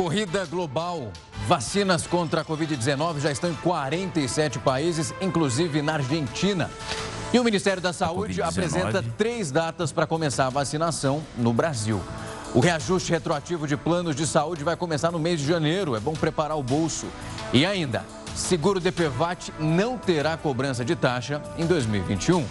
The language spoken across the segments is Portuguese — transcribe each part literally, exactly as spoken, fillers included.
Corrida global. Vacinas contra a covid dezenove já estão em quarenta e sete países, inclusive na Argentina. E o Ministério da Saúde apresenta três datas para começar a vacinação no Brasil. O reajuste retroativo de planos de saúde vai começar no mês de janeiro. É bom preparar o bolso. E ainda, seguro D P V A T não terá cobrança de taxa em dois mil e vinte e um.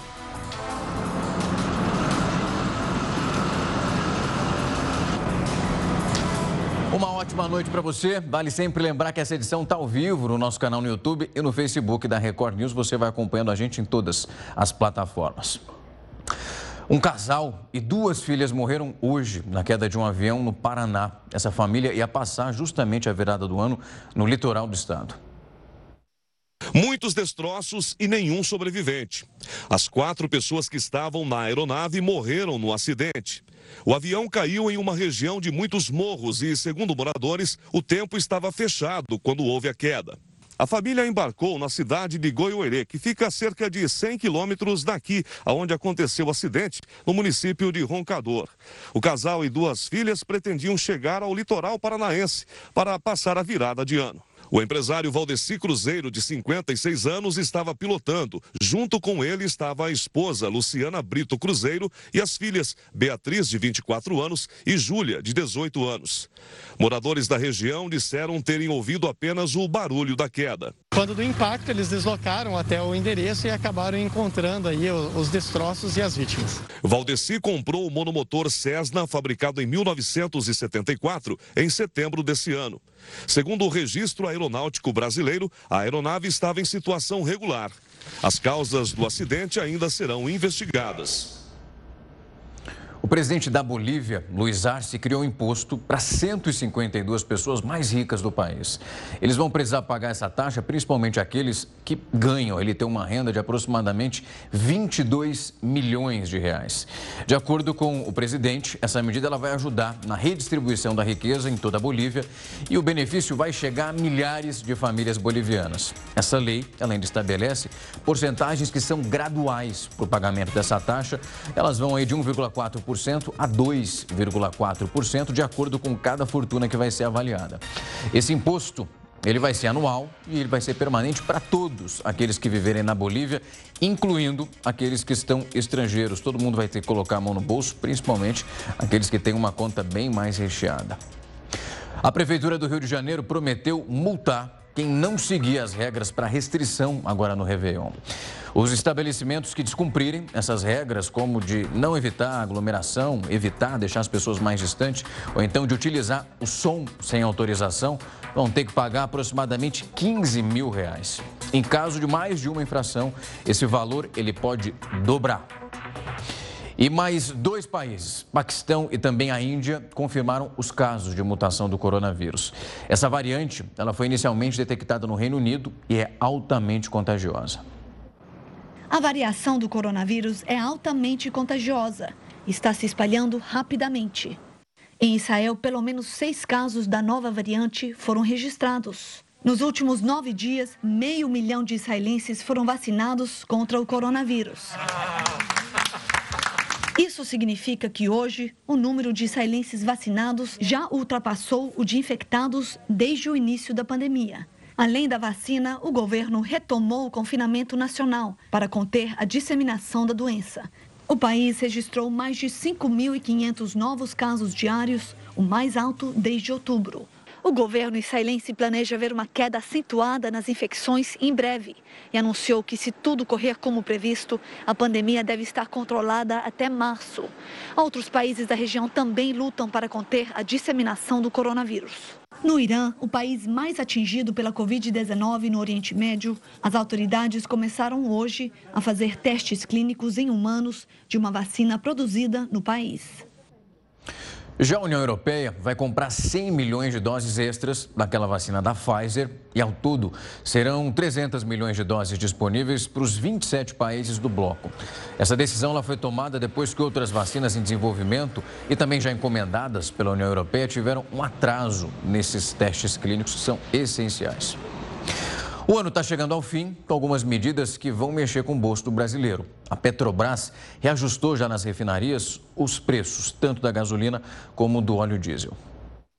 Uma ótima noite para você. Vale sempre lembrar que essa edição está ao vivo no nosso canal no YouTube e no Facebook da Record News. Você vai acompanhando a gente em todas as plataformas. Um casal e duas filhas morreram hoje na queda de um avião no Paraná. Essa família ia passar justamente a virada do ano no litoral do estado. Muitos destroços e nenhum sobrevivente. As quatro pessoas que estavam na aeronave morreram no acidente. O avião caiu em uma região de muitos morros e, segundo moradores, o tempo estava fechado quando houve a queda. A família embarcou na cidade de Goiôerê, que fica a cerca de cem quilômetros daqui, onde aconteceu o acidente, no município de Roncador. O casal e duas filhas pretendiam chegar ao litoral paranaense para passar a virada de ano. O empresário Valdeci Cruzeiro, de cinquenta e seis anos, estava pilotando. Junto com ele estava a esposa Luciana Brito Cruzeiro e as filhas Beatriz, de vinte e quatro anos, e Júlia, de dezoito anos. Moradores da região disseram terem ouvido apenas o barulho da queda. Quando do impacto, eles deslocaram até o endereço e acabaram encontrando aí os destroços e as vítimas. Valdeci comprou o monomotor Cessna, fabricado em mil novecentos e setenta e quatro, em setembro desse ano. Segundo o registro aeronáutico brasileiro, a aeronave estava em situação regular. As causas do acidente ainda serão investigadas. O presidente da Bolívia, Luiz Arce, criou um imposto para cento e cinquenta e duas pessoas mais ricas do país. Eles vão precisar pagar essa taxa, principalmente aqueles que ganham. Ele tem uma renda de aproximadamente vinte e dois milhões de reais. De acordo com o presidente, essa medida ela vai ajudar na redistribuição da riqueza em toda a Bolívia e o benefício vai chegar a milhares de famílias bolivianas. Essa lei, ela ainda estabelece porcentagens que são graduais para o pagamento dessa taxa. Elas vão aí de um vírgula quatro por cento a dois vírgula quatro por cento, de acordo com cada fortuna que vai ser avaliada. Esse imposto, ele vai ser anual e ele vai ser permanente para todos aqueles que viverem na Bolívia, incluindo aqueles que estão estrangeiros. Todo mundo vai ter que colocar a mão no bolso, principalmente aqueles que têm uma conta bem mais recheada. A Prefeitura do Rio de Janeiro prometeu multar quem não seguir as regras para restrição agora no Réveillon. Os estabelecimentos que descumprirem essas regras, como de não evitar aglomeração, evitar deixar as pessoas mais distantes, ou então de utilizar o som sem autorização, vão ter que pagar aproximadamente quinze mil reais. Em caso de mais de uma infração, esse valor ele pode dobrar. E mais dois países, Paquistão e também a Índia, confirmaram os casos de mutação do coronavírus. Essa variante, ela foi inicialmente detectada no Reino Unido e é altamente contagiosa. A variação do coronavírus é altamente contagiosa. Está se espalhando rapidamente. Em Israel, pelo menos seis casos da nova variante foram registrados. Nos últimos nove dias, meio milhão de israelenses foram vacinados contra o coronavírus. Isso significa que hoje o número de israelenses vacinados já ultrapassou o de infectados desde o início da pandemia. Além da vacina, o governo retomou o confinamento nacional para conter a disseminação da doença. O país registrou mais de cinco mil e quinhentos novos casos diários, o mais alto desde outubro. O governo israelense planeja ver uma queda acentuada nas infecções em breve e anunciou que, se tudo correr como previsto, a pandemia deve estar controlada até março. Outros países da região também lutam para conter a disseminação do coronavírus. No Irã, o país mais atingido pela covid dezenove no Oriente Médio, as autoridades começaram hoje a fazer testes clínicos em humanos de uma vacina produzida no país. Já a União Europeia vai comprar cem milhões de doses extras daquela vacina da Pfizer e, ao todo, serão trezentos milhões de doses disponíveis para os vinte e sete países do bloco. Essa decisão ela foi tomada depois que outras vacinas em desenvolvimento e também já encomendadas pela União Europeia tiveram um atraso nesses testes clínicos que são essenciais. O ano está chegando ao fim com algumas medidas que vão mexer com o bolso do brasileiro. A Petrobras reajustou já nas refinarias os preços, tanto da gasolina como do óleo diesel.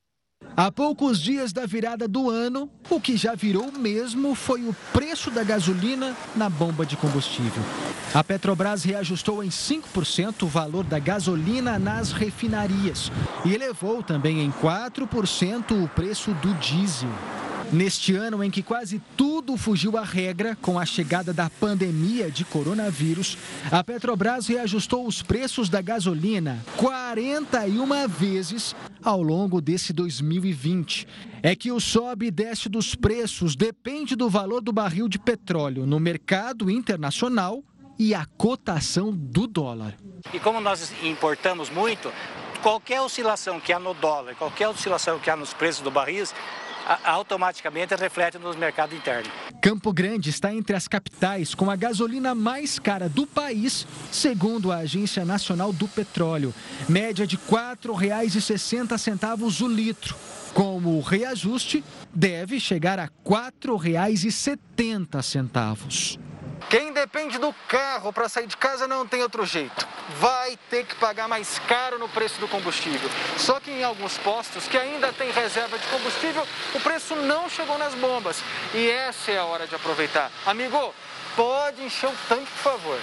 Há poucos dias da virada do ano, o que já virou mesmo foi o preço da gasolina na bomba de combustível. A Petrobras reajustou em cinco por cento o valor da gasolina nas refinarias e elevou também em quatro por cento o preço do diesel. Neste ano em que quase tudo fugiu à regra com a chegada da pandemia de coronavírus, a Petrobras reajustou os preços da gasolina quarenta e uma vezes ao longo desse dois mil e vinte. É que o sobe e desce dos preços depende do valor do barril de petróleo no mercado internacional e a cotação do dólar. E como nós importamos muito, qualquer oscilação que há no dólar, qualquer oscilação que há nos preços do barril, automaticamente reflete nos mercados internos. Campo Grande está entre as capitais com a gasolina mais cara do país, segundo a Agência Nacional do Petróleo, média de quatro reais e sessenta centavos o litro. Com o reajuste, deve chegar a quatro reais e setenta centavos. Quem depende do carro para sair de casa não tem outro jeito. Vai ter que pagar mais caro no preço do combustível. Só que em alguns postos que ainda tem reserva de combustível, o preço não chegou nas bombas. E essa é a hora de aproveitar. Amigo, pode encher o tanque, por favor.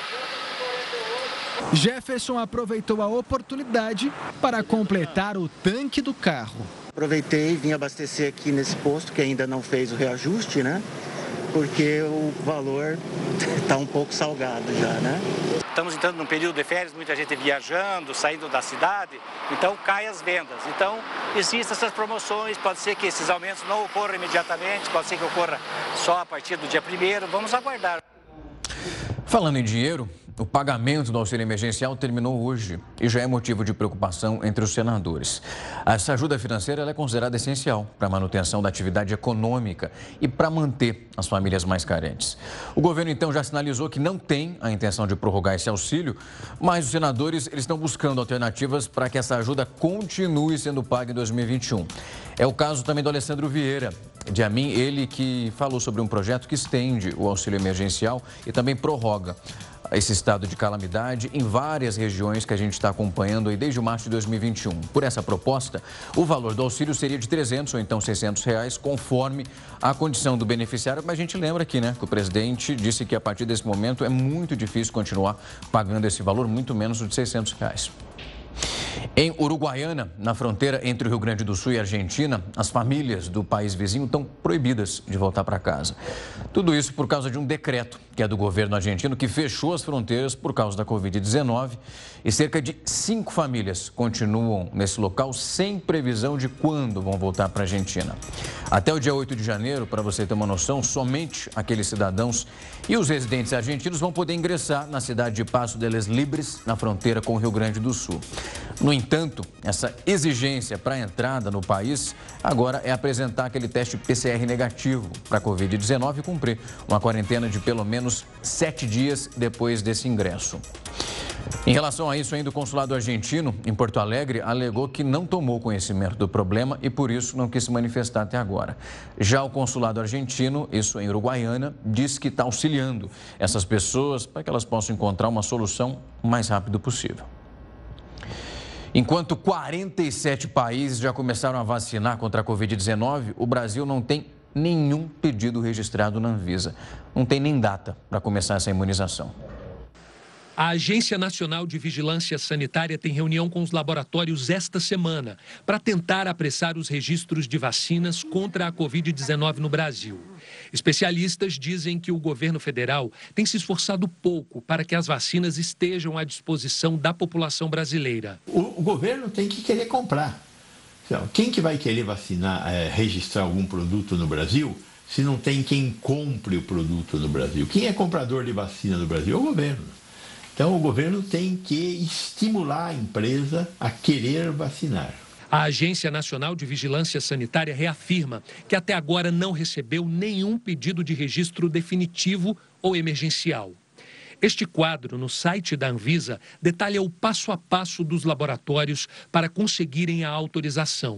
Jefferson aproveitou a oportunidade para completar o tanque do carro. Aproveitei e vim abastecer aqui nesse posto que ainda não fez o reajuste, né? Porque o valor está um pouco salgado já, né? Estamos entrando num período de férias, muita gente viajando, saindo da cidade, então cai as vendas. Então, existem essas promoções, pode ser que esses aumentos não ocorram imediatamente, pode ser que ocorra só a partir do dia primeiro, vamos aguardar. Falando em dinheiro, o pagamento do auxílio emergencial terminou hoje e já é motivo de preocupação entre os senadores. Essa ajuda financeira ela é considerada essencial para a manutenção da atividade econômica e para manter as famílias mais carentes. O governo, então, já sinalizou que não tem a intenção de prorrogar esse auxílio, mas os senadores eles estão buscando alternativas para que essa ajuda continue sendo paga em dois mil e vinte e um. É o caso também do Alessandro Vieira, de Amin, ele que falou sobre um projeto que estende o auxílio emergencial e também prorroga esse estado de calamidade em várias regiões que a gente está acompanhando aí desde março de dois mil e vinte e um. Por essa proposta, o valor do auxílio seria de trezentos ou então seiscentos reais, conforme a condição do beneficiário. Mas a gente lembra aqui, né, que o presidente disse que a partir desse momento é muito difícil continuar pagando esse valor, muito menos o de seiscentos reais. Em Uruguaiana, na fronteira entre o Rio Grande do Sul e a Argentina, as famílias do país vizinho estão proibidas de voltar para casa. Tudo isso por causa de um decreto que é do governo argentino que fechou as fronteiras por causa da covid dezenove e cerca de cinco famílias continuam nesse local sem previsão de quando vão voltar para a Argentina. Até o dia oito de janeiro, para você ter uma noção, somente aqueles cidadãos e os residentes argentinos vão poder ingressar na cidade de Paso de los Libres, na fronteira com o Rio Grande do Sul. No entanto, essa exigência para a entrada no país agora é apresentar aquele teste P C R negativo para a covid dezenove e cumprir uma quarentena de pelo menos sete dias depois desse ingresso. Em relação a isso, ainda o consulado argentino em Porto Alegre alegou que não tomou conhecimento do problema e por isso não quis se manifestar até agora. Já o consulado argentino, isso em Uruguaiana, diz que está auxiliando essas pessoas para que elas possam encontrar uma solução o mais rápido possível. Enquanto quarenta e sete países já começaram a vacinar contra a covid dezenove, o Brasil não tem nenhum pedido registrado na Anvisa. Não tem nem data para começar essa imunização. A Agência Nacional de Vigilância Sanitária tem reunião com os laboratórios esta semana para tentar apressar os registros de vacinas contra a covid dezenove no Brasil. Especialistas dizem que o governo federal tem se esforçado pouco para que as vacinas estejam à disposição da população brasileira. O, o governo tem que querer comprar. Quem que vai querer vacinar, é, registrar algum produto no Brasil se não tem quem compre o produto no Brasil? Quem é comprador de vacina no Brasil? É o governo. Então, o governo tem que estimular a empresa a querer vacinar. A Agência Nacional de Vigilância Sanitária reafirma que até agora não recebeu nenhum pedido de registro definitivo ou emergencial. Este quadro, no site da Anvisa, detalha o passo a passo dos laboratórios para conseguirem a autorização.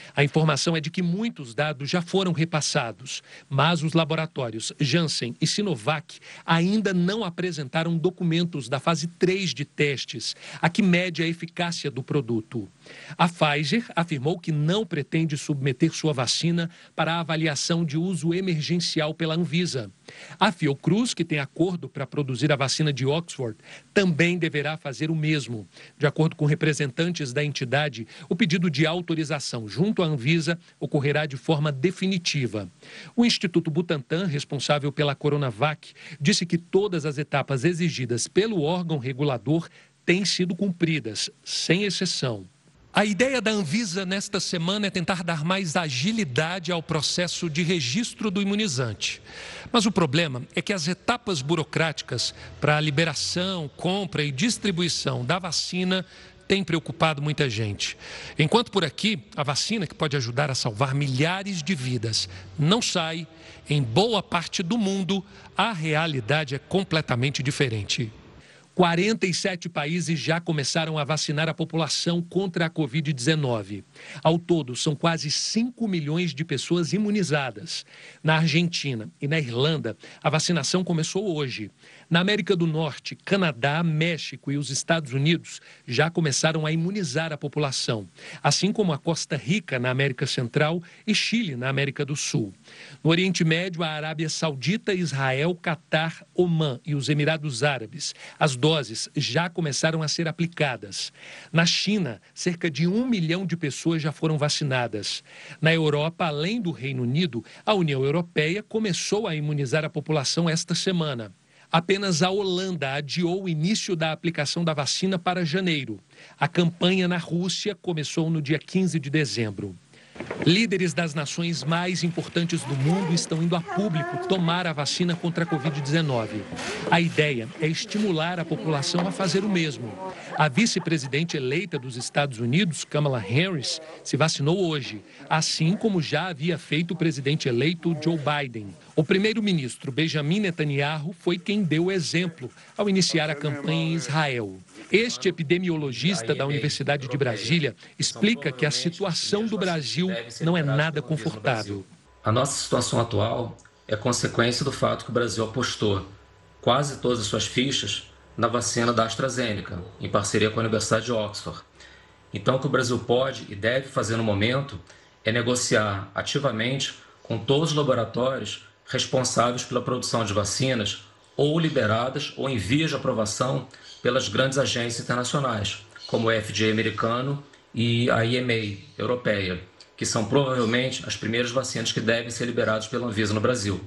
A informação é de que muitos dados já foram repassados, mas os laboratórios Janssen e Sinovac ainda não apresentaram documentos da fase três de testes, a que mede a eficácia do produto. A Pfizer afirmou que não pretende submeter sua vacina para avaliação de uso emergencial pela Anvisa. A Fiocruz, que tem acordo para produzir a vacina de Oxford, também deverá fazer o mesmo. De acordo com representantes da entidade, o pedido de autorização junto à Anvisa ocorrerá de forma definitiva. O Instituto Butantan, responsável pela Coronavac, disse que todas as etapas exigidas pelo órgão regulador têm sido cumpridas, sem exceção. A ideia da Anvisa nesta semana é tentar dar mais agilidade ao processo de registro do imunizante. Mas o problema é que as etapas burocráticas para a liberação, compra e distribuição da vacina têm preocupado muita gente. Enquanto por aqui, a vacina, que pode ajudar a salvar milhares de vidas, não sai, em boa parte do mundo, a realidade é completamente diferente. quarenta e sete países já começaram a vacinar a população contra a covid dezenove. Ao todo, são quase cinco milhões de pessoas imunizadas. Na Argentina e na Irlanda, a vacinação começou hoje. Na América do Norte, Canadá, México e os Estados Unidos já começaram a imunizar a população, assim como a Costa Rica, na América Central, e Chile, na América do Sul. No Oriente Médio, a Arábia Saudita, Israel, Catar, Omã e os Emirados Árabes, as doses já começaram a ser aplicadas. Na China, cerca de um milhão de pessoas já foram vacinadas. Na Europa, além do Reino Unido, a União Europeia começou a imunizar a população esta semana. Apenas a Holanda adiou o início da aplicação da vacina para janeiro. A campanha na Rússia começou no dia quinze de dezembro. Líderes das nações mais importantes do mundo estão indo a público tomar a vacina contra a covid dezenove. A ideia é estimular a população a fazer o mesmo. A vice-presidente eleita dos Estados Unidos, Kamala Harris, se vacinou hoje, assim como já havia feito o presidente eleito Joe Biden. O primeiro-ministro Benjamin Netanyahu foi quem deu o exemplo ao iniciar a campanha em Israel. Este epidemiologista da Universidade de Brasília explica que a situação do Brasil não é nada confortável. A nossa situação atual é consequência do fato que o Brasil apostou quase todas as suas fichas na vacina da AstraZeneca, em parceria com a Universidade de Oxford. Então, o que o Brasil pode e deve fazer no momento é negociar ativamente com todos os laboratórios responsáveis pela produção de vacinas ou liberadas ou em vias de aprovação pelas grandes agências internacionais, como o F D A americano e a E M A europeia, que são provavelmente as primeiras vacinas que devem ser liberadas pela Anvisa no Brasil.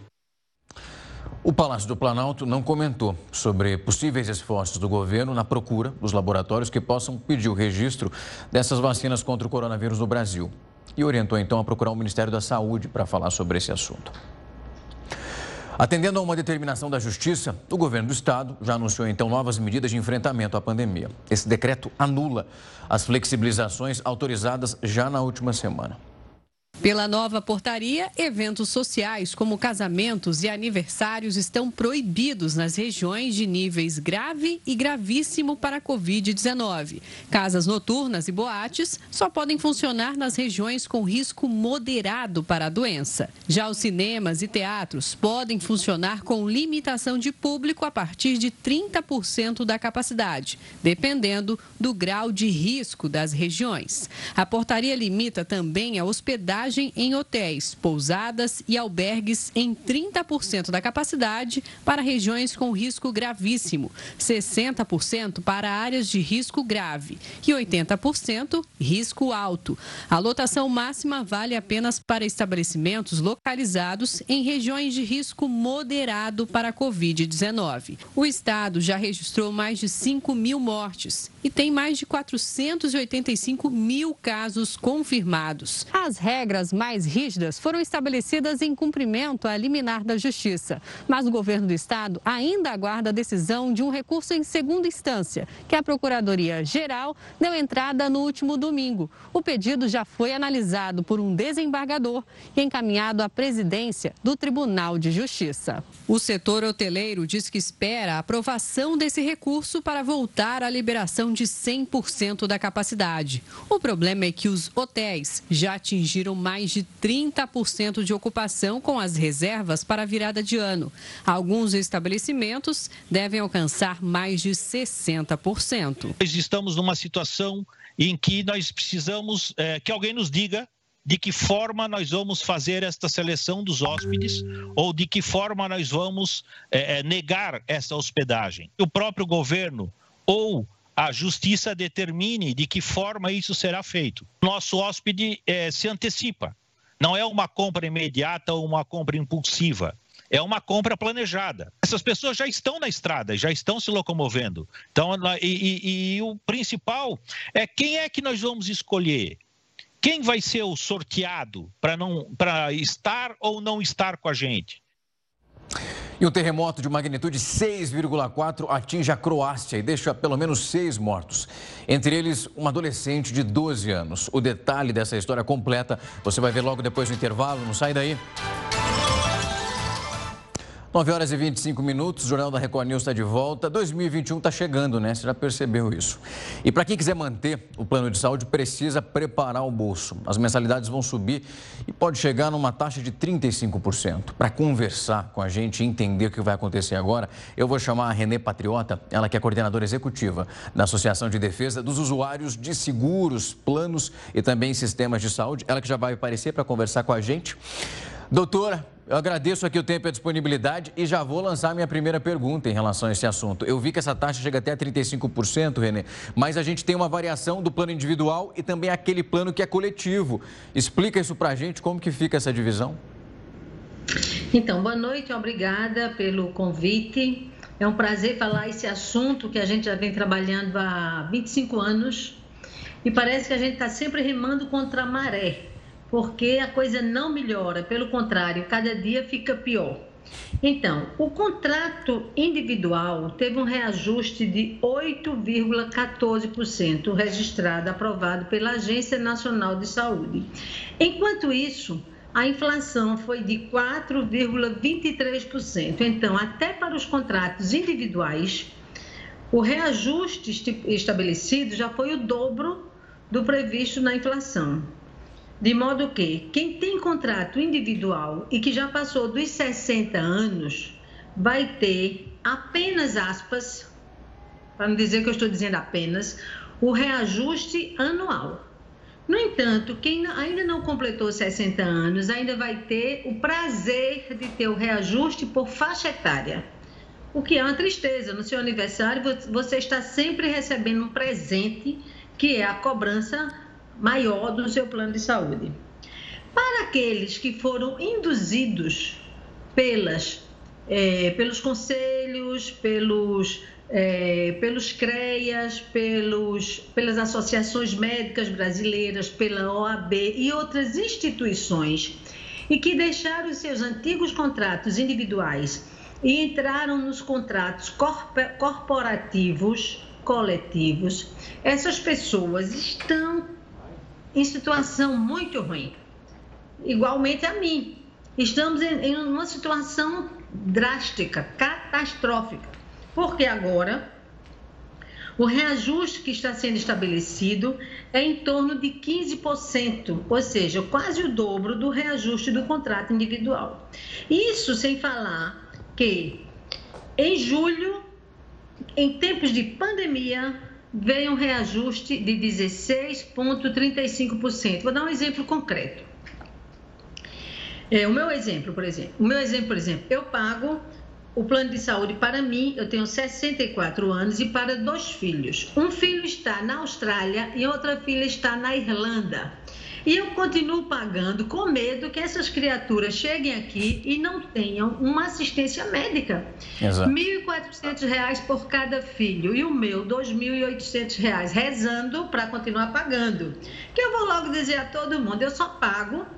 O Palácio do Planalto não comentou sobre possíveis esforços do governo na procura dos laboratórios que possam pedir o registro dessas vacinas contra o coronavírus no Brasil. E orientou então a procurar o Ministério da Saúde para falar sobre esse assunto. Atendendo a uma determinação da Justiça, o governo do estado já anunciou então novas medidas de enfrentamento à pandemia. Esse decreto anula as flexibilizações autorizadas já na última semana. Pela nova portaria, eventos sociais como casamentos e aniversários estão proibidos nas regiões de níveis grave e gravíssimo para a covid dezenove. Casas noturnas e boates só podem funcionar nas regiões com risco moderado para a doença. Já os cinemas e teatros podem funcionar com limitação de público a partir de trinta por cento da capacidade, dependendo do grau de risco das regiões. A portaria limita também a hospedagem em hotéis, pousadas e albergues em trinta por cento da capacidade para regiões com risco gravíssimo, sessenta por cento para áreas de risco grave e oitenta por cento risco alto. A lotação máxima vale apenas para estabelecimentos localizados em regiões de risco moderado para a covid dezenove. O estado já registrou mais de cinco mil mortes e tem mais de quatrocentos e oitenta e cinco mil casos confirmados. As regras regras mais rígidas foram estabelecidas em cumprimento à liminar da Justiça. Mas o governo do estado ainda aguarda a decisão de um recurso em segunda instância, que a Procuradoria-Geral deu entrada no último domingo. O pedido já foi analisado por um desembargador e encaminhado à presidência do Tribunal de Justiça. O setor hoteleiro diz que espera a aprovação desse recurso para voltar à liberação de cem por cento da capacidade. O problema é que os hotéis já atingiram mais de trinta por cento de ocupação com as reservas para a virada de ano. Alguns estabelecimentos devem alcançar mais de sessenta por cento. Nós estamos numa situação em que nós precisamos é, que alguém nos diga de que forma nós vamos fazer esta seleção dos hóspedes ou de que forma nós vamos é, negar essa hospedagem. O próprio governo ou a justiça determine de que forma isso será feito. Nosso hóspede é, se antecipa. Não é uma compra imediata ou uma compra impulsiva. É uma compra planejada. Essas pessoas já estão na estrada, já estão se locomovendo. Então, e, e, e o principal é quem é que nós vamos escolher. Quem vai ser o sorteado para não, para estar ou não estar com a gente? E um terremoto de magnitude seis vírgula quatro atinge a Croácia e deixa pelo menos seis mortos. Entre eles, um adolescente de doze anos. O detalhe dessa história completa você vai ver logo depois do intervalo. Não sai daí. nove horas e vinte e cinco minutos, o Jornal da Record News está de volta. dois mil e vinte e um está chegando, né? Você já percebeu isso. E para quem quiser manter o plano de saúde, precisa preparar o bolso. As mensalidades vão subir e pode chegar numa taxa de trinta e cinco por cento. Para conversar com a gente e entender o que vai acontecer agora, eu vou chamar a Renê Patriota, ela que é coordenadora executiva da Associação de Defesa dos Usuários de Seguros, Planos e também Sistemas de Saúde. Ela que já vai aparecer para conversar com a gente. Doutora, eu agradeço aqui o tempo e a disponibilidade e já vou lançar minha primeira pergunta em relação a esse assunto. Eu vi que essa taxa chega até a trinta e cinco por cento, Renê, mas a gente tem uma variação do plano individual e também aquele plano que é coletivo. Explica isso pra gente, como que fica essa divisão? Então, boa noite, obrigada pelo convite. É um prazer falar esse assunto que a gente já vem trabalhando há vinte e cinco anos e parece que a gente está sempre remando contra a maré, porque a coisa não melhora, pelo contrário, cada dia fica pior. Então, o contrato individual teve um reajuste de oito vírgula quatorze por cento registrado, aprovado pela Agência Nacional de Saúde. Enquanto isso, a inflação foi de quatro vírgula vinte e três por cento. Então, até para os contratos individuais, o reajuste estabelecido já foi o dobro do previsto na inflação. De modo que quem tem contrato individual e que já passou dos sessenta anos vai ter apenas, aspas, para não dizer que eu estou dizendo apenas, o reajuste anual. No entanto, quem ainda não completou sessenta anos ainda vai ter o prazer de ter o reajuste por faixa etária. O que é uma tristeza. No seu aniversário, você está sempre recebendo um presente, que é a cobrança maior do seu plano de saúde. Para aqueles que foram induzidos pelas, é, pelos conselhos, pelos, é, pelos CREAS, pelos, pelas associações médicas brasileiras, pela O A B e outras instituições, e que deixaram os seus antigos contratos individuais e entraram nos contratos corporativos, coletivos, essas pessoas estão em situação muito ruim, igualmente a mim. Estamos em, em uma situação drástica, catastrófica, porque agora o reajuste que está sendo estabelecido é em torno de quinze por cento, ou seja, quase o dobro do reajuste do contrato individual. Isso sem falar que em julho, em tempos de pandemia, veio um reajuste de dezesseis vírgula trinta e cinco por cento. Vou dar um exemplo concreto. É, o meu exemplo, por exemplo, o meu exemplo, por exemplo, eu pago o plano de saúde para mim, eu tenho sessenta e quatro anos e para dois filhos. Um filho está na Austrália e outra filha está na Irlanda. E eu continuo pagando com medo que essas criaturas cheguem aqui e não tenham uma assistência médica. Exato. mil e quatrocentos reais por cada filho e o meu dois mil e oitocentos reais, rezando para continuar pagando. Que eu vou logo dizer a todo mundo, eu só pago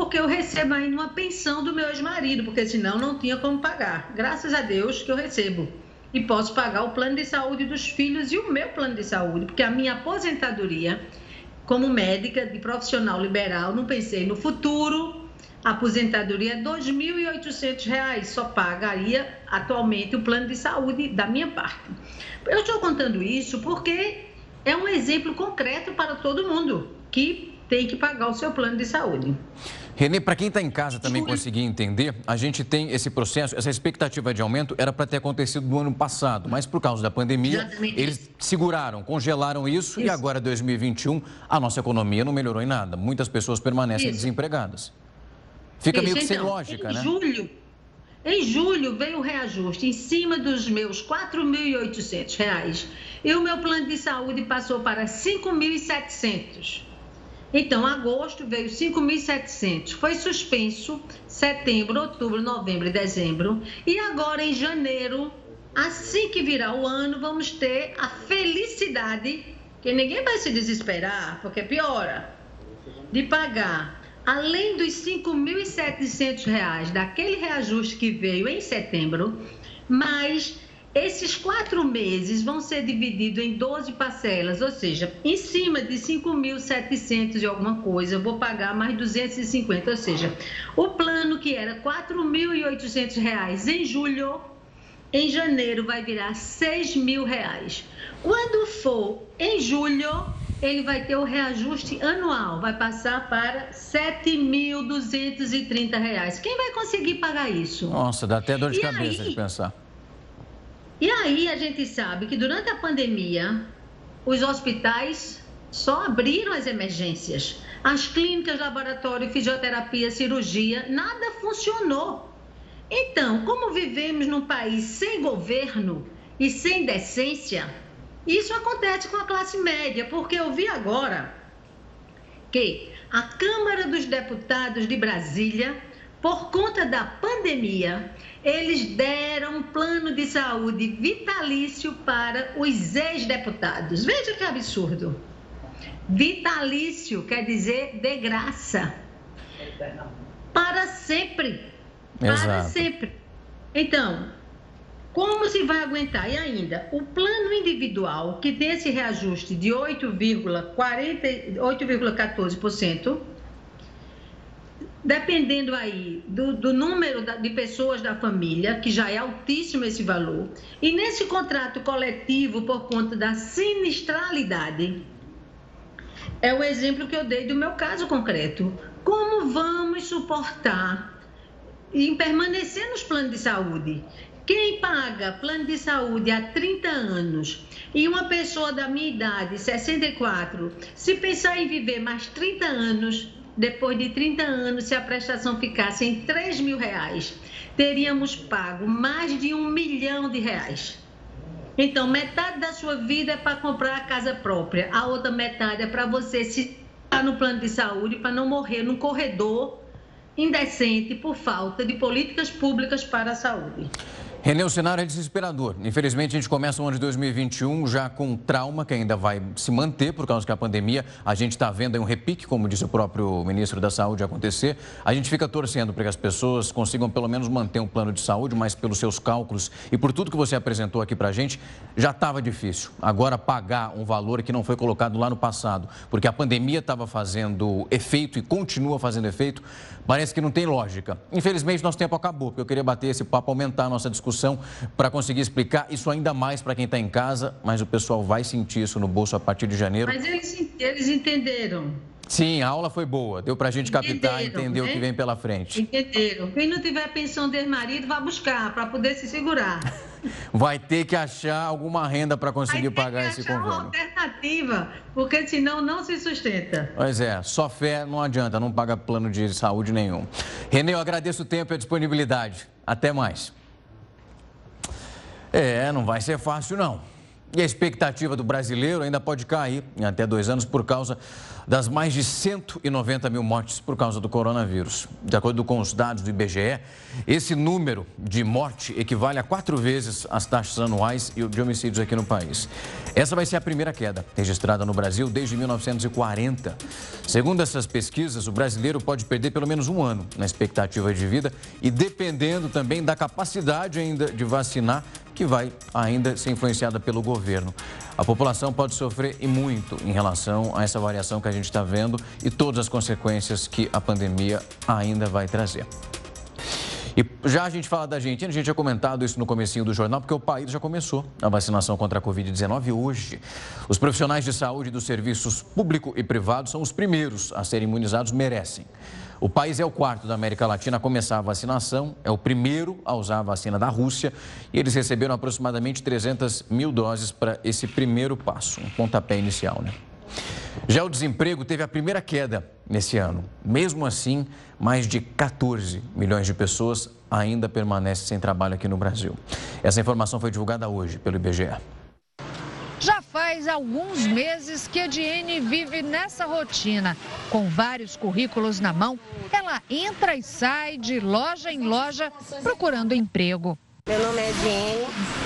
porque eu recebo ainda uma pensão do meu ex-marido, porque senão não tinha como pagar. Graças a Deus que eu recebo. E posso pagar o plano de saúde dos filhos e o meu plano de saúde, porque a minha aposentadoria, como médica de profissional liberal, não pensei no futuro, a aposentadoria é dois mil e oitocentos reais, só pagaria atualmente o plano de saúde da minha parte. Eu estou contando isso porque é um exemplo concreto para todo mundo que tem que pagar o seu plano de saúde. Renê, para quem está em casa também conseguir entender, a gente tem esse processo, essa expectativa de aumento era para ter acontecido no ano passado, mas por causa da pandemia, Exatamente. eles seguraram, congelaram isso, isso e agora, dois mil e vinte e um, a nossa economia não melhorou em nada. Muitas pessoas permanecem isso. desempregadas. Fica isso, meio que então, sem lógica, em né? Julho, em julho veio o reajuste em cima dos meus quatro mil e oitocentos reais e o meu plano de saúde passou para cinco mil e setecentos. Então, agosto veio cinco mil e setecentos, foi suspenso setembro, outubro, novembro e dezembro. E agora, em janeiro, assim que virar o ano, vamos ter a felicidade, que ninguém vai se desesperar, porque piora, de pagar, além dos cinco mil e setecentos reais daquele reajuste que veio em setembro, mais... Esses quatro meses vão ser divididos em doze parcelas, ou seja, em cima de cinco mil e setecentos e alguma coisa, eu vou pagar mais duzentos e cinquenta, ou seja, o plano que era quatro mil e oitocentos reais em julho, em janeiro vai virar seis mil reais. Quando for em julho, ele vai ter o reajuste anual, vai passar para sete mil duzentos e trinta reais. Quem vai conseguir pagar isso? Nossa, dá até dor de e cabeça aí... de pensar. E aí a gente sabe que durante a pandemia, os hospitais só abriram as emergências. As clínicas, laboratório, fisioterapia, cirurgia, nada funcionou. Então, como vivemos num país sem governo e sem decência, isso acontece com a classe média, porque eu vi agora que a Câmara dos Deputados de Brasília, por conta da pandemia, eles deram um plano de saúde vitalício para os ex-deputados. Veja que absurdo. Vitalício quer dizer de graça. Para sempre. Para Exato. sempre. Então, como se vai aguentar? E ainda, o plano individual, que tem esse reajuste de oito vírgula quatorze por cento, dependendo aí do, do número da, de pessoas da família, que já é altíssimo esse valor, e nesse contrato coletivo, por conta da sinistralidade, é o exemplo que eu dei do meu caso concreto. Como vamos suportar e permanecer nos planos de saúde? Quem paga plano de saúde há trinta anos e uma pessoa da minha idade, sessenta e quatro, se pensar em viver mais trinta anos, depois de trinta anos, se a prestação ficasse em três mil reais, teríamos pago mais de um milhão de reais. Então, metade da sua vida é para comprar a casa própria, a outra metade é para você se estar no plano de saúde, para não morrer num corredor indecente por falta de políticas públicas para a saúde. Renê, o cenário é desesperador. Infelizmente, a gente começa o ano de dois mil e vinte e um já com um trauma que ainda vai se manter por causa que a pandemia, a gente está vendo aí um repique, como disse o próprio ministro da Saúde, acontecer. A gente fica torcendo para que as pessoas consigam pelo menos manter um plano de saúde, mas pelos seus cálculos e por tudo que você apresentou aqui para a gente, já estava difícil. Agora, pagar um valor que não foi colocado lá no passado, porque a pandemia estava fazendo efeito e continua fazendo efeito, parece que não tem lógica. Infelizmente, nosso tempo acabou, porque eu queria bater esse papo, aumentar a nossa discussão para conseguir explicar isso ainda mais para quem está em casa, mas o pessoal vai sentir isso no bolso a partir de janeiro. Mas eles, eles entenderam. Sim, a aula foi boa, deu para a gente captar e entender, né, o que vem pela frente. Entenderam. Quem não tiver pensão de marido, vai buscar para poder se segurar. Vai ter que achar alguma renda para conseguir pagar esse convênio. Uma alternativa, porque senão não se sustenta. Pois é, só fé não adianta, não paga plano de saúde nenhum. Renê, eu agradeço o tempo e a disponibilidade. Até mais. É, não vai ser fácil não. E a expectativa do brasileiro ainda pode cair em até dois anos por causa das mais de cento e noventa mil mortes por causa do coronavírus. De acordo com os dados do I B G E, esse número de morte equivale a quatro vezes as taxas anuais de homicídios aqui no país. Essa vai ser a primeira queda registrada no Brasil desde mil novecentos e quarenta. Segundo essas pesquisas, o brasileiro pode perder pelo menos um ano na expectativa de vida e dependendo também da capacidade ainda de vacinar, que vai ainda ser influenciada pelo governo. A população pode sofrer e muito em relação a essa variação que a gente está vendo e todas as consequências que a pandemia ainda vai trazer. E já a gente fala da Argentina, a gente tinha comentado isso no comecinho do jornal, porque o país já começou a vacinação contra a covid dezenove hoje. Os profissionais de saúde dos serviços público e privado são os primeiros a serem imunizados, merecem. O país é o quarto da América Latina a começar a vacinação, é o primeiro a usar a vacina da Rússia e eles receberam aproximadamente trezentas mil doses para esse primeiro passo, um pontapé inicial, né? Já o desemprego teve a primeira queda nesse ano. Mesmo assim, mais de quatorze milhões de pessoas ainda permanecem sem trabalho aqui no Brasil. Essa informação foi divulgada hoje pelo I B G E. Já faz alguns meses que a Ediene vive nessa rotina. Com vários currículos na mão, ela entra e sai de loja em loja procurando emprego. Meu nome é Ediene,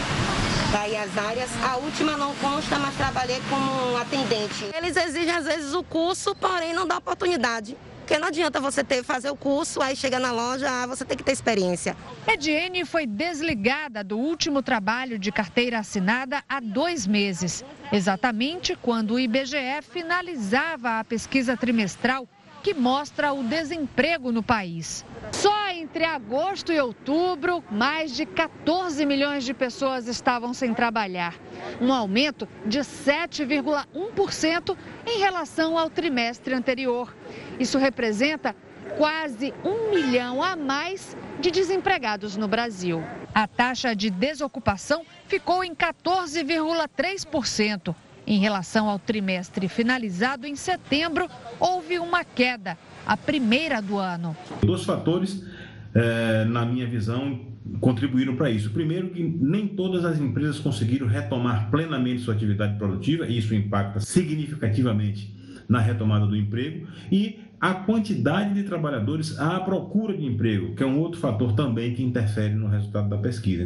daí as áreas. A última não consta, mas trabalhei como atendente. Eles exigem às vezes o curso, porém não dá oportunidade. Porque não adianta você ter, fazer o curso, aí chega na loja, você tem que ter experiência. Ediene foi desligada do último trabalho de carteira assinada há dois meses. Exatamente quando o I B G E finalizava a pesquisa trimestral que mostra o desemprego no país. Só entre agosto e outubro, mais de quatorze milhões de pessoas estavam sem trabalhar. Um aumento de sete vírgula um por cento em relação ao trimestre anterior. Isso representa quase um milhão a mais de desempregados no Brasil. A taxa de desocupação ficou em quatorze vírgula três por cento. Em relação ao trimestre finalizado em setembro, houve uma queda, a primeira do ano. Dois fatores, é, na minha visão, contribuíram para isso. Primeiro, que nem todas as empresas conseguiram retomar plenamente sua atividade produtiva, e isso impacta significativamente na retomada do emprego, e a quantidade de trabalhadores à procura de emprego, que é um outro fator também que interfere no resultado da pesquisa.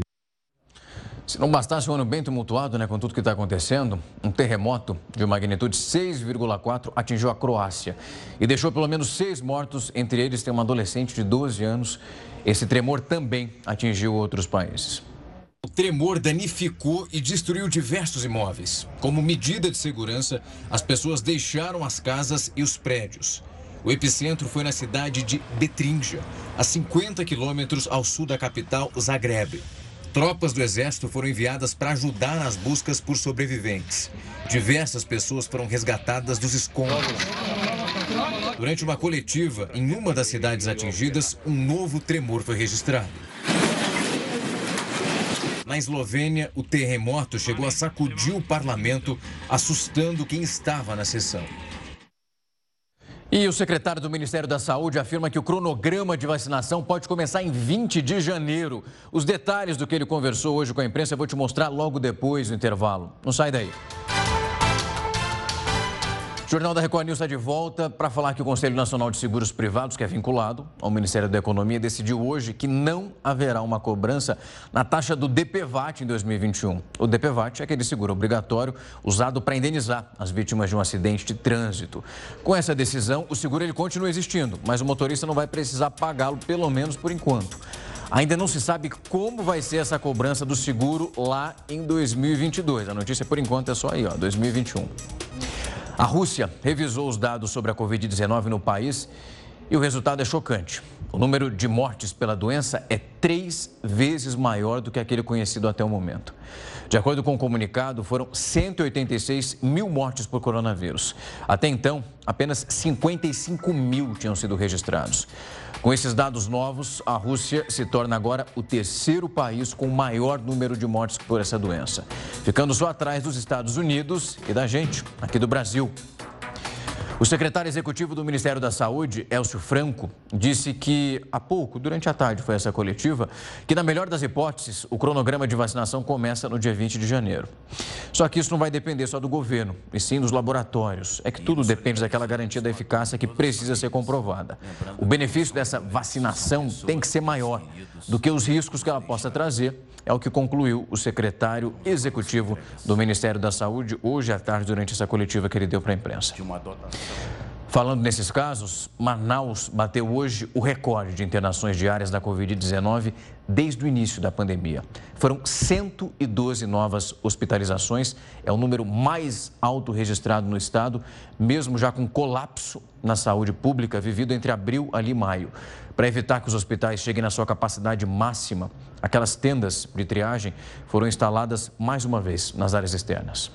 Se não bastasse um ano bem tumultuado, né, com tudo que está acontecendo, um terremoto de magnitude seis vírgula quatro atingiu a Croácia e deixou pelo menos seis mortos, entre eles tem uma adolescente de doze anos. Esse tremor também atingiu outros países. O tremor danificou e destruiu diversos imóveis. Como medida de segurança, as pessoas deixaram as casas e os prédios. O epicentro foi na cidade de Petrinja, a cinquenta quilômetros ao sul da capital, Zagreb. Tropas do exército foram enviadas para ajudar nas buscas por sobreviventes. Diversas pessoas foram resgatadas dos escombros. Durante uma coletiva em uma das cidades atingidas, um novo tremor foi registrado. Na Eslovênia, o terremoto chegou a sacudir o parlamento, assustando quem estava na sessão. E o secretário do Ministério da Saúde afirma que o cronograma de vacinação pode começar em vinte de janeiro. Os detalhes do que ele conversou hoje com a imprensa eu vou te mostrar logo depois do intervalo. Não sai daí. O Jornal da Record News está de volta para falar que o Conselho Nacional de Seguros Privados, que é vinculado ao Ministério da Economia, decidiu hoje que não haverá uma cobrança na taxa do D P V A T em dois mil e vinte e um. O D P V A T é aquele seguro obrigatório usado para indenizar as vítimas de um acidente de trânsito. Com essa decisão, o seguro ele continua existindo, mas o motorista não vai precisar pagá-lo, pelo menos por enquanto. Ainda não se sabe como vai ser essa cobrança do seguro lá em dois mil e vinte e dois. A notícia, por enquanto, é só aí, ó, dois mil e vinte e um. A Rússia revisou os dados sobre a covid dezenove no país e o resultado é chocante. O número de mortes pela doença é três vezes maior do que aquele conhecido até o momento. De acordo com o comunicado, foram cento e oitenta e seis mil mortes por coronavírus. Até então, apenas cinquenta e cinco mil tinham sido registrados. Com esses dados novos, a Rússia se torna agora o terceiro país com o maior número de mortes por essa doença, ficando só atrás dos Estados Unidos e da gente, aqui do Brasil. O secretário executivo do Ministério da Saúde, Elcio Franco, disse que há pouco, durante a tarde foi essa coletiva, que na melhor das hipóteses, o cronograma de vacinação começa no dia vinte de janeiro. Só que isso não vai depender só do governo, e sim dos laboratórios. É que tudo depende daquela garantia da eficácia que precisa ser comprovada. O benefício dessa vacinação tem que ser maior do que os riscos que ela possa trazer. É o que concluiu o secretário executivo do Ministério da Saúde hoje à tarde, durante essa coletiva que ele deu para a imprensa. Falando nesses casos, Manaus bateu hoje o recorde de internações diárias da covid dezenove desde o início da pandemia. Foram cento e doze novas hospitalizações, é o número mais alto registrado no estado, mesmo já com colapso na saúde pública vivido entre abril e maio. Para evitar que os hospitais cheguem na sua capacidade máxima, aquelas tendas de triagem foram instaladas mais uma vez nas áreas externas.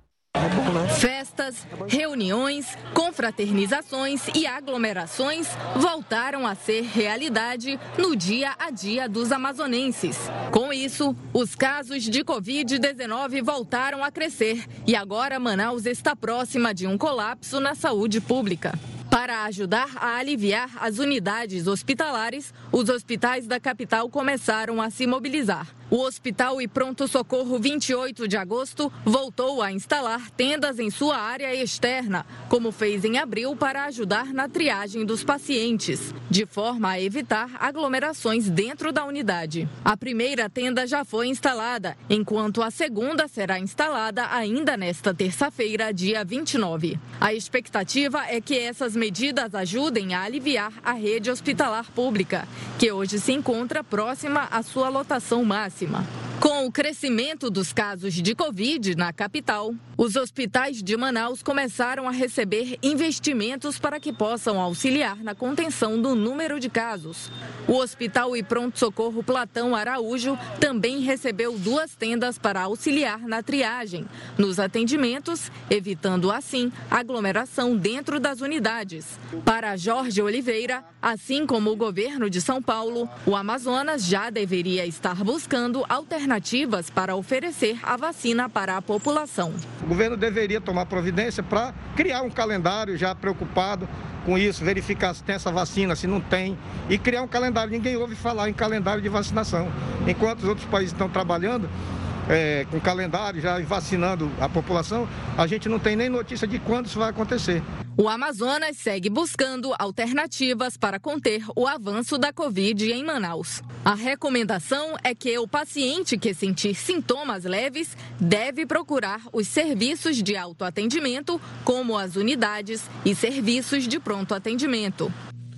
Festas, reuniões, confraternizações e aglomerações voltaram a ser realidade no dia a dia dos amazonenses. Com isso, os casos de covid dezenove voltaram a crescer e agora Manaus está próxima de um colapso na saúde pública. Para ajudar a aliviar as unidades hospitalares, os hospitais da capital começaram a se mobilizar. O Hospital e Pronto Socorro vinte e oito de agosto voltou a instalar tendas em sua área externa, como fez em abril para ajudar na triagem dos pacientes, de forma a evitar aglomerações dentro da unidade. A primeira tenda já foi instalada, enquanto a segunda será instalada ainda nesta terça-feira, dia vinte e nove. A expectativa é que essas medidas ajudem a aliviar a rede hospitalar pública, que hoje se encontra próxima à sua lotação máxima. Com o crescimento dos casos de Covid na capital, os hospitais de Manaus começaram a receber investimentos para que possam auxiliar na contenção do número de casos. O Hospital e Pronto Socorro Platão Araújo também recebeu duas tendas para auxiliar na triagem, nos atendimentos, evitando assim aglomeração dentro das unidades. Para Jorge Oliveira, assim como o governo de São Paulo, o Amazonas já deveria estar buscando alternativas para oferecer a vacina para a população. O governo deveria tomar providência para criar um calendário já preocupado com isso, verificar se tem essa vacina, se não tem, e criar um calendário. Ninguém ouve falar em calendário de vacinação. Enquanto os outros países estão trabalhando é, com calendário, já vacinando a população, a gente não tem nem notícia de quando isso vai acontecer. O Amazonas segue buscando alternativas para conter o avanço da Covid em Manaus. A recomendação é que o paciente que sentir sintomas leves deve procurar os serviços de autoatendimento, como as unidades e serviços de pronto atendimento.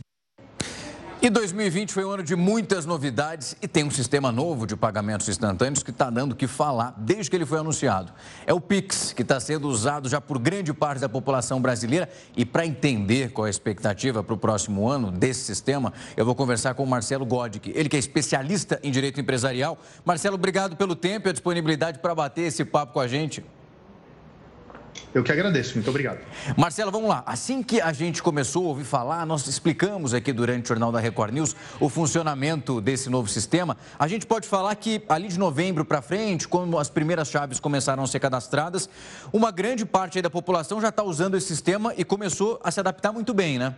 E dois mil e vinte foi um ano de muitas novidades e tem um sistema novo de pagamentos instantâneos que está dando o que falar desde que ele foi anunciado. É o Pix, que está sendo usado já por grande parte da população brasileira. E para entender qual é a expectativa para o próximo ano desse sistema, eu vou conversar com o Marcelo Godic, ele que é especialista em direito empresarial. Marcelo, obrigado pelo tempo e a disponibilidade para bater esse papo com a gente. Eu que agradeço, muito obrigado. Marcelo, vamos lá. Assim que a gente começou a ouvir falar, nós explicamos aqui durante o Jornal da Record News o funcionamento desse novo sistema. A gente pode falar que ali de novembro para frente, quando as primeiras chaves começaram a ser cadastradas, uma grande parte aí da população já está usando esse sistema e começou a se adaptar muito bem, né?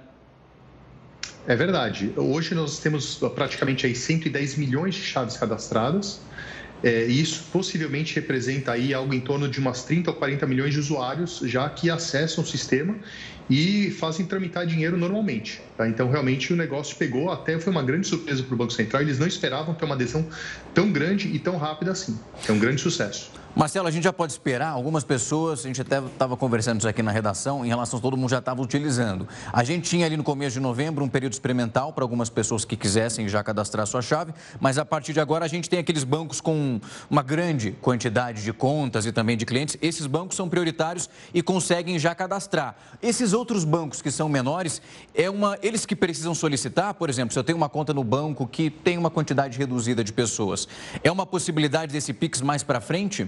É verdade. Hoje nós temos praticamente aí cento e dez milhões de chaves cadastradas. É, isso possivelmente representa aí algo em torno de umas trinta ou quarenta milhões de usuários já que acessam o sistema e fazem tramitar dinheiro normalmente. Tá? Então, realmente, o negócio pegou, até foi uma grande surpresa para o Banco Central. Eles não esperavam ter uma adesão tão grande e tão rápida assim. É um grande sucesso. Marcelo, a gente já pode esperar, algumas pessoas, a gente até estava conversando isso aqui na redação, em relação a todo mundo já estava utilizando. A gente tinha ali no começo de novembro um período experimental para algumas pessoas que quisessem já cadastrar sua chave, mas a partir de agora a gente tem aqueles bancos com uma grande quantidade de contas e também de clientes. Esses bancos são prioritários e conseguem já cadastrar. Esses outros bancos que são menores, é uma, eles que precisam solicitar, por exemplo, se eu tenho uma conta no banco que tem uma quantidade reduzida de pessoas, é uma possibilidade desse Pix mais para frente?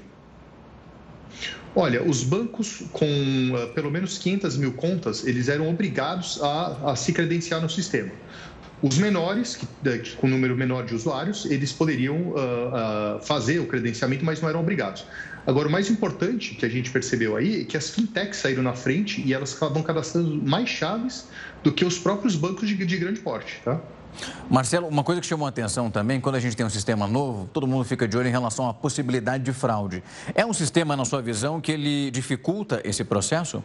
Olha, os bancos com uh, pelo menos quinhentas mil contas, eles eram obrigados a, a se credenciar no sistema. Os menores, que, com um número menor de usuários, eles poderiam uh, uh, fazer o credenciamento, mas não eram obrigados. Agora, o mais importante que a gente percebeu aí é que as fintechs saíram na frente e elas estavam cadastrando mais chaves do que os próprios bancos de, de grande porte, tá? Marcelo, uma coisa que chamou a atenção também, quando a gente tem um sistema novo, todo mundo fica de olho em relação à possibilidade de fraude. É um sistema, na sua visão, que ele dificulta esse processo?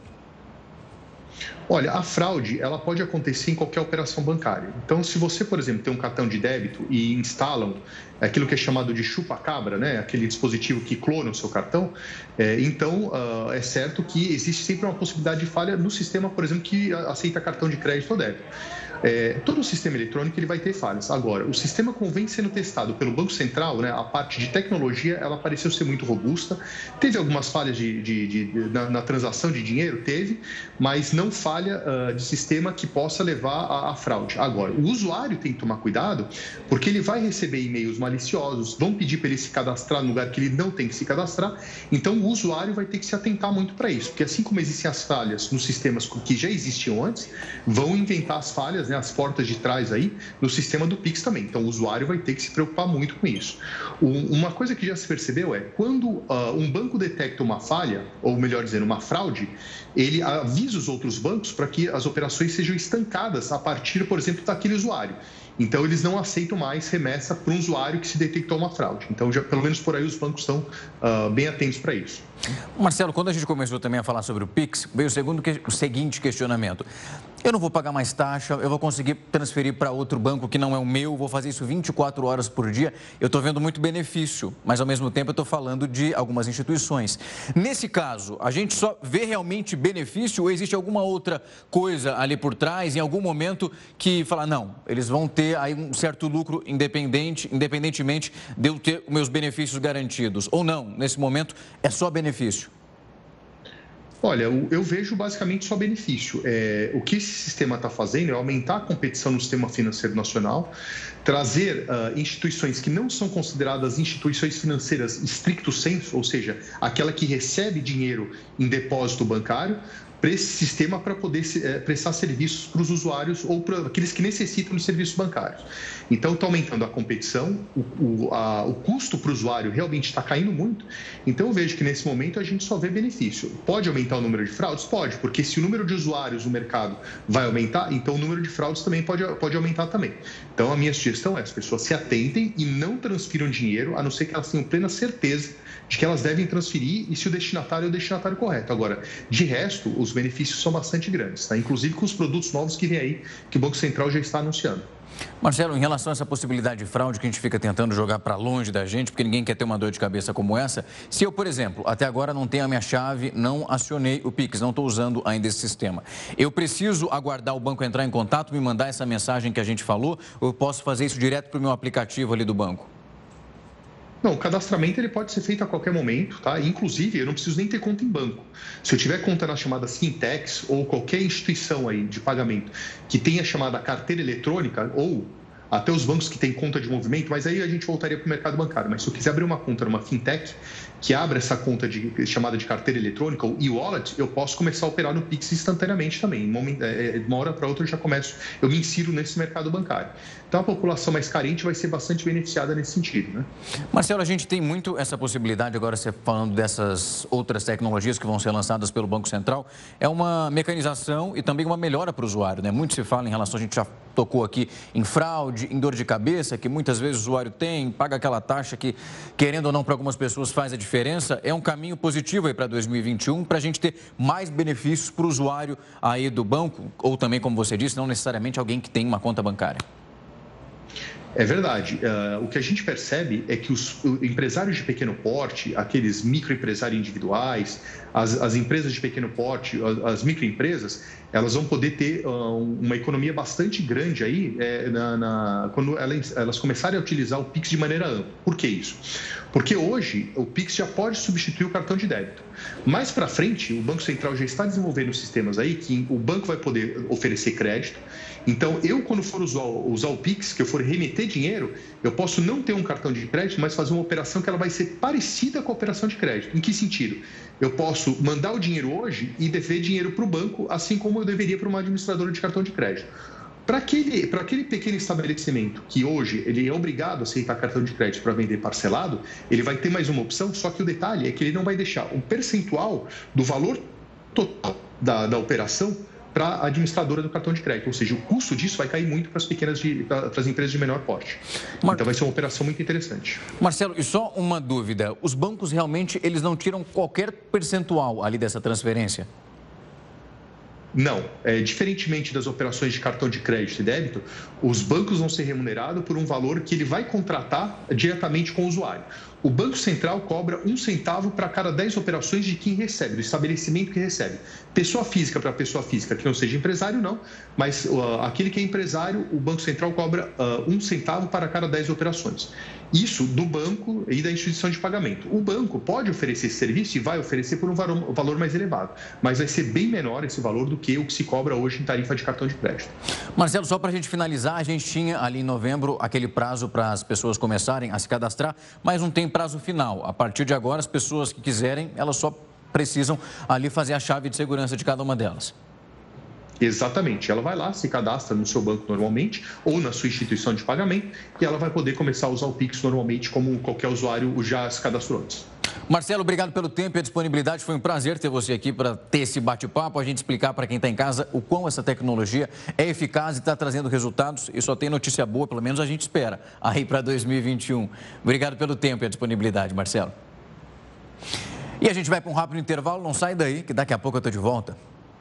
Olha, a fraude, ela pode acontecer em qualquer operação bancária. Então, se você, por exemplo, tem um cartão de débito e instalam aquilo que é chamado de chupa-cabra, né? Aquele dispositivo que clona o seu cartão, é, então uh, é certo que existe sempre uma possibilidade de falha no sistema, por exemplo, que aceita cartão de crédito ou débito. É, todo o sistema eletrônico ele vai ter falhas. Agora, o sistema como vem sendo testado pelo Banco Central, né, a parte de tecnologia, ela pareceu ser muito robusta. Teve algumas falhas de, de, de, de, na, na transação de dinheiro? Teve, mas não falha uh, de sistema que possa levar à, à fraude. Agora, o usuário tem que tomar cuidado, porque ele vai receber e-mails maliciosos, vão pedir para ele se cadastrar no lugar que ele não tem que se cadastrar, então o usuário vai ter que se atentar muito para isso, porque assim como existem as falhas nos sistemas que já existiam antes, vão inventar as falhas, né, as portas de trás aí, no sistema do Pix também. Então, o usuário vai ter que se preocupar muito com isso. Uma coisa que já se percebeu é, quando uh, um banco detecta uma falha, ou melhor dizendo, uma fraude, ele avisa os outros bancos para que as operações sejam estancadas a partir, por exemplo, daquele usuário. Então, eles não aceitam mais remessa para um usuário que se detectou uma fraude. Então, já, pelo menos por aí, os bancos estão uh, bem atentos para isso. Marcelo, quando a gente começou também a falar sobre o Pix, veio o, segundo, o seguinte questionamento. Eu não vou pagar mais taxa, eu vou conseguir transferir para outro banco que não é o meu, vou fazer isso vinte e quatro horas por dia. Eu estou vendo muito benefício, mas ao mesmo tempo eu estou falando de algumas instituições. Nesse caso, a gente só vê realmente benefício ou existe alguma outra coisa ali por trás, em algum momento, que fala, não, eles vão ter aí um certo lucro independente, independentemente de eu ter meus benefícios garantidos? Ou não, nesse momento é só benefício? Olha, eu vejo basicamente só benefício. É, o que esse sistema está fazendo é aumentar a competição no sistema financeiro nacional, trazer uh, instituições que não são consideradas instituições financeiras stricto sensu, ou seja, aquela que recebe dinheiro em depósito bancário, para esse sistema para poder é, prestar serviços para os usuários ou para aqueles que necessitam de serviços bancários. Então, está aumentando a competição, o, o, a, o custo para o usuário realmente está caindo muito. Então, eu vejo que nesse momento a gente só vê benefício. Pode aumentar o número de fraudes? Pode, porque se o número de usuários no mercado vai aumentar, então o número de fraudes também pode, pode aumentar também. Então, a minha sugestão é que as pessoas se atentem e não transfiram dinheiro, a não ser que elas tenham plena certeza de que elas devem transferir e se o destinatário é o destinatário correto. Agora, de resto, os benefícios são bastante grandes, tá? Inclusive com os produtos novos que vem aí, que o Banco Central já está anunciando. Marcelo, em relação a essa possibilidade de fraude que a gente fica tentando jogar para longe da gente, porque ninguém quer ter uma dor de cabeça como essa, se eu, por exemplo, até agora não tenho a minha chave, não acionei o Pix, não estou usando ainda esse sistema, eu preciso aguardar o banco entrar em contato, me mandar essa mensagem que a gente falou, ou eu posso fazer isso direto para o meu aplicativo ali do banco? Não, o cadastramento ele pode ser feito a qualquer momento, tá? Inclusive, eu não preciso nem ter conta em banco. Se eu tiver conta nas chamadas fintechs ou qualquer instituição aí de pagamento que tenha chamada carteira eletrônica ou até os bancos que têm conta de movimento, mas aí a gente voltaria para o mercado bancário. Mas se eu quiser abrir uma conta numa fintech que abra essa conta de, chamada de carteira eletrônica ou e-wallet, eu posso começar a operar no Pix instantaneamente também. De uma hora para outra eu já começo, eu me insiro nesse mercado bancário. Então a população mais carente vai ser bastante beneficiada nesse sentido, né? Marcelo, a gente tem muito essa possibilidade, agora você falando dessas outras tecnologias que vão ser lançadas pelo Banco Central, é uma mecanização e também uma melhora para o usuário, né? Muito se fala em relação, a gente já tocou aqui em fraude, em dor de cabeça, que muitas vezes o usuário tem, paga aquela taxa que, querendo ou não, para algumas pessoas faz a diferença. É um caminho positivo aí para dois mil e vinte e um, para a gente ter mais benefícios para o usuário aí do banco, ou também, como você disse, não necessariamente alguém que tem uma conta bancária. É verdade. Uh, o que a gente percebe é que os empresários de pequeno porte, aqueles microempresários individuais, as, as empresas de pequeno porte, as, as microempresas, elas vão poder ter uh, uma economia bastante grande aí é, na, na, quando elas, elas começarem a utilizar o Pix de maneira ampla. Por que isso? Porque hoje o Pix já pode substituir o cartão de débito. Mais para frente, o Banco Central já está desenvolvendo sistemas aí que o banco vai poder oferecer crédito. Então, eu, quando for usar, usar o Pix, que eu for remeter dinheiro, eu posso não ter um cartão de crédito, mas fazer uma operação que ela vai ser parecida com a operação de crédito. Em que sentido? Eu posso mandar o dinheiro hoje e dever dinheiro para o banco, assim como eu deveria para uma administradora de cartão de crédito. Para aquele, para aquele pequeno estabelecimento que hoje ele é obrigado a aceitar cartão de crédito para vender parcelado, ele vai ter mais uma opção, só que o detalhe é que ele não vai deixar um percentual do valor total da, da operação para a administradora do cartão de crédito, ou seja, o custo disso vai cair muito para as pequenas, de, para as empresas de menor porte. Mar... Então vai ser uma operação muito interessante. Marcelo, e só uma dúvida, os bancos realmente eles não tiram qualquer percentual ali dessa transferência? Não, é, diferentemente das operações de cartão de crédito e débito, os bancos vão ser remunerados por um valor que ele vai contratar diretamente com o usuário. O Banco Central cobra um centavo para cada dez operações de quem recebe, do estabelecimento que recebe. Pessoa física para pessoa física, que não seja empresário, não, mas uh, aquele que é empresário, o Banco Central cobra uh, um centavo para cada dez operações. Isso do banco e da instituição de pagamento. O banco pode oferecer esse serviço e vai oferecer por um valor, valor mais elevado, mas vai ser bem menor esse valor do que o que se cobra hoje em tarifa de cartão de crédito. Marcelo, só para a gente finalizar, a gente tinha ali em novembro aquele prazo para as pessoas começarem a se cadastrar, mas não tem prazo final. A partir de agora, as pessoas que quiserem, elas só precisam ali fazer a chave de segurança de cada uma delas. Exatamente. Ela vai lá, se cadastra no seu banco normalmente ou na sua instituição de pagamento e ela vai poder começar a usar o Pix normalmente como qualquer usuário já se cadastrou antes. Marcelo, obrigado pelo tempo e a disponibilidade. Foi um prazer ter você aqui para ter esse bate-papo, a gente explicar para quem está em casa o quão essa tecnologia é eficaz e está trazendo resultados e só tem notícia boa, pelo menos a gente espera, aí para dois mil e vinte e um. Obrigado pelo tempo e a disponibilidade, Marcelo. E a gente vai para um rápido intervalo, não sai daí que daqui a pouco eu estou de volta.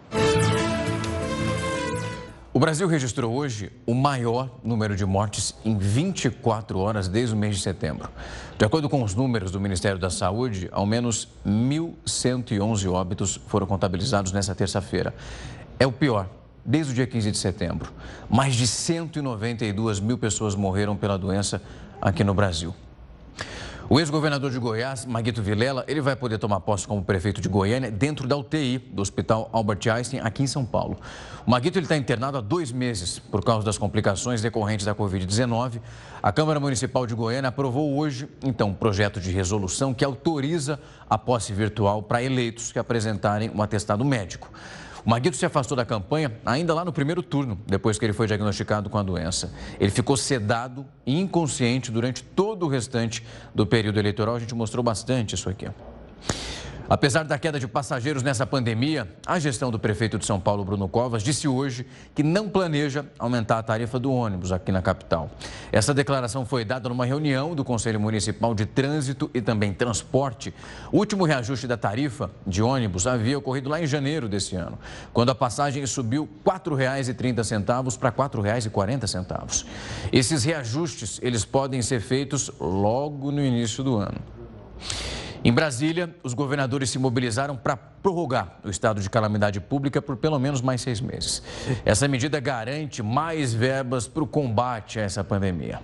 O Brasil registrou hoje o maior número de mortes em vinte e quatro horas desde o mês de setembro. De acordo com os números do Ministério da Saúde, ao menos mil cento e onze óbitos foram contabilizados nessa terça-feira. É o pior desde o dia quinze de setembro. Mais de cento e noventa e duas mil pessoas morreram pela doença aqui no Brasil. O ex-governador de Goiás, Maguito Vilela, ele vai poder tomar posse como prefeito de Goiânia dentro da U T I do Hospital Albert Einstein, aqui em São Paulo. O Maguito está internado há dois meses por causa das complicações decorrentes da covid dezenove. A Câmara Municipal de Goiânia aprovou hoje, então, um projeto de resolução que autoriza a posse virtual para eleitos que apresentarem um atestado médico. O Maguito se afastou da campanha ainda lá no primeiro turno, depois que ele foi diagnosticado com a doença. Ele ficou sedado e inconsciente durante todo o restante do período eleitoral. A gente mostrou bastante isso aqui. Apesar da queda de passageiros nessa pandemia, a gestão do prefeito de São Paulo, Bruno Covas, disse hoje que não planeja aumentar a tarifa do ônibus aqui na capital. Essa declaração foi dada numa reunião do Conselho Municipal de Trânsito e também Transporte. O último reajuste da tarifa de ônibus havia ocorrido lá em janeiro desse ano, quando a passagem subiu quatro reais e trinta centavos para quatro reais e quarenta centavos. Esses reajustes, eles podem ser feitos logo no início do ano. Em Brasília, os governadores se mobilizaram para prorrogar o estado de calamidade pública por pelo menos mais seis meses. Essa medida garante mais verbas para o combate a essa pandemia.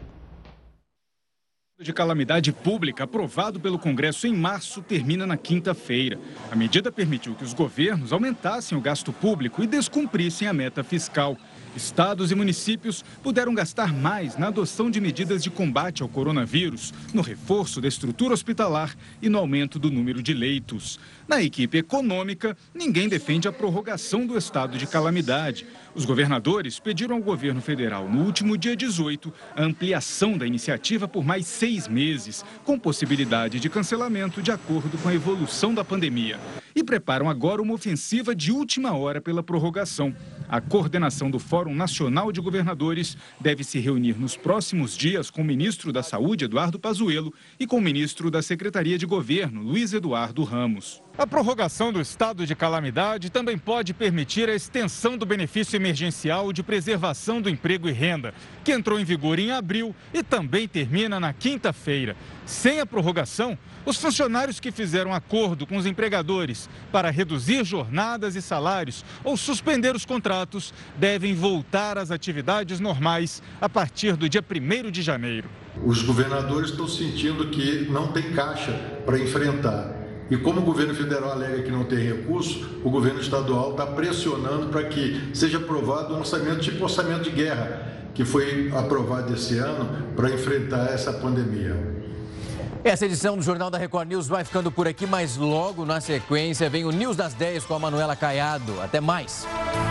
O de calamidade pública aprovado pelo Congresso em março termina na quinta-feira. A medida permitiu que os governos aumentassem o gasto público e descumprissem a meta fiscal. Estados e municípios puderam gastar mais na adoção de medidas de combate ao coronavírus, no reforço da estrutura hospitalar e no aumento do número de leitos. Na equipe econômica, ninguém defende a prorrogação do estado de calamidade. Os governadores pediram ao governo federal, no último dia dezoito, a ampliação da iniciativa por mais seis meses, com possibilidade de cancelamento de acordo com a evolução da pandemia. E preparam agora uma ofensiva de última hora pela prorrogação. A coordenação do Fórum Nacional de Governadores deve se reunir nos próximos dias com o ministro da Saúde, Eduardo Pazuello, e com o ministro da Secretaria de Governo, Luiz Eduardo Ramos. A prorrogação do estado de calamidade também pode permitir a extensão do benefício emergencial de preservação do emprego e renda, que entrou em vigor em abril e também termina na quinta-feira. Sem a prorrogação, os funcionários que fizeram acordo com os empregadores para reduzir jornadas e salários ou suspender os contratos devem voltar às atividades normais a partir do dia primeiro de janeiro. Os governadores estão sentindo que não tem caixa para enfrentar. E como o governo federal alega que não tem recurso, o governo estadual está pressionando para que seja aprovado um orçamento tipo orçamento de guerra, que foi aprovado esse ano para enfrentar essa pandemia. Essa edição do Jornal da Record News vai ficando por aqui, mas logo na sequência vem o News das dez com a Manuela Caiado. Até mais!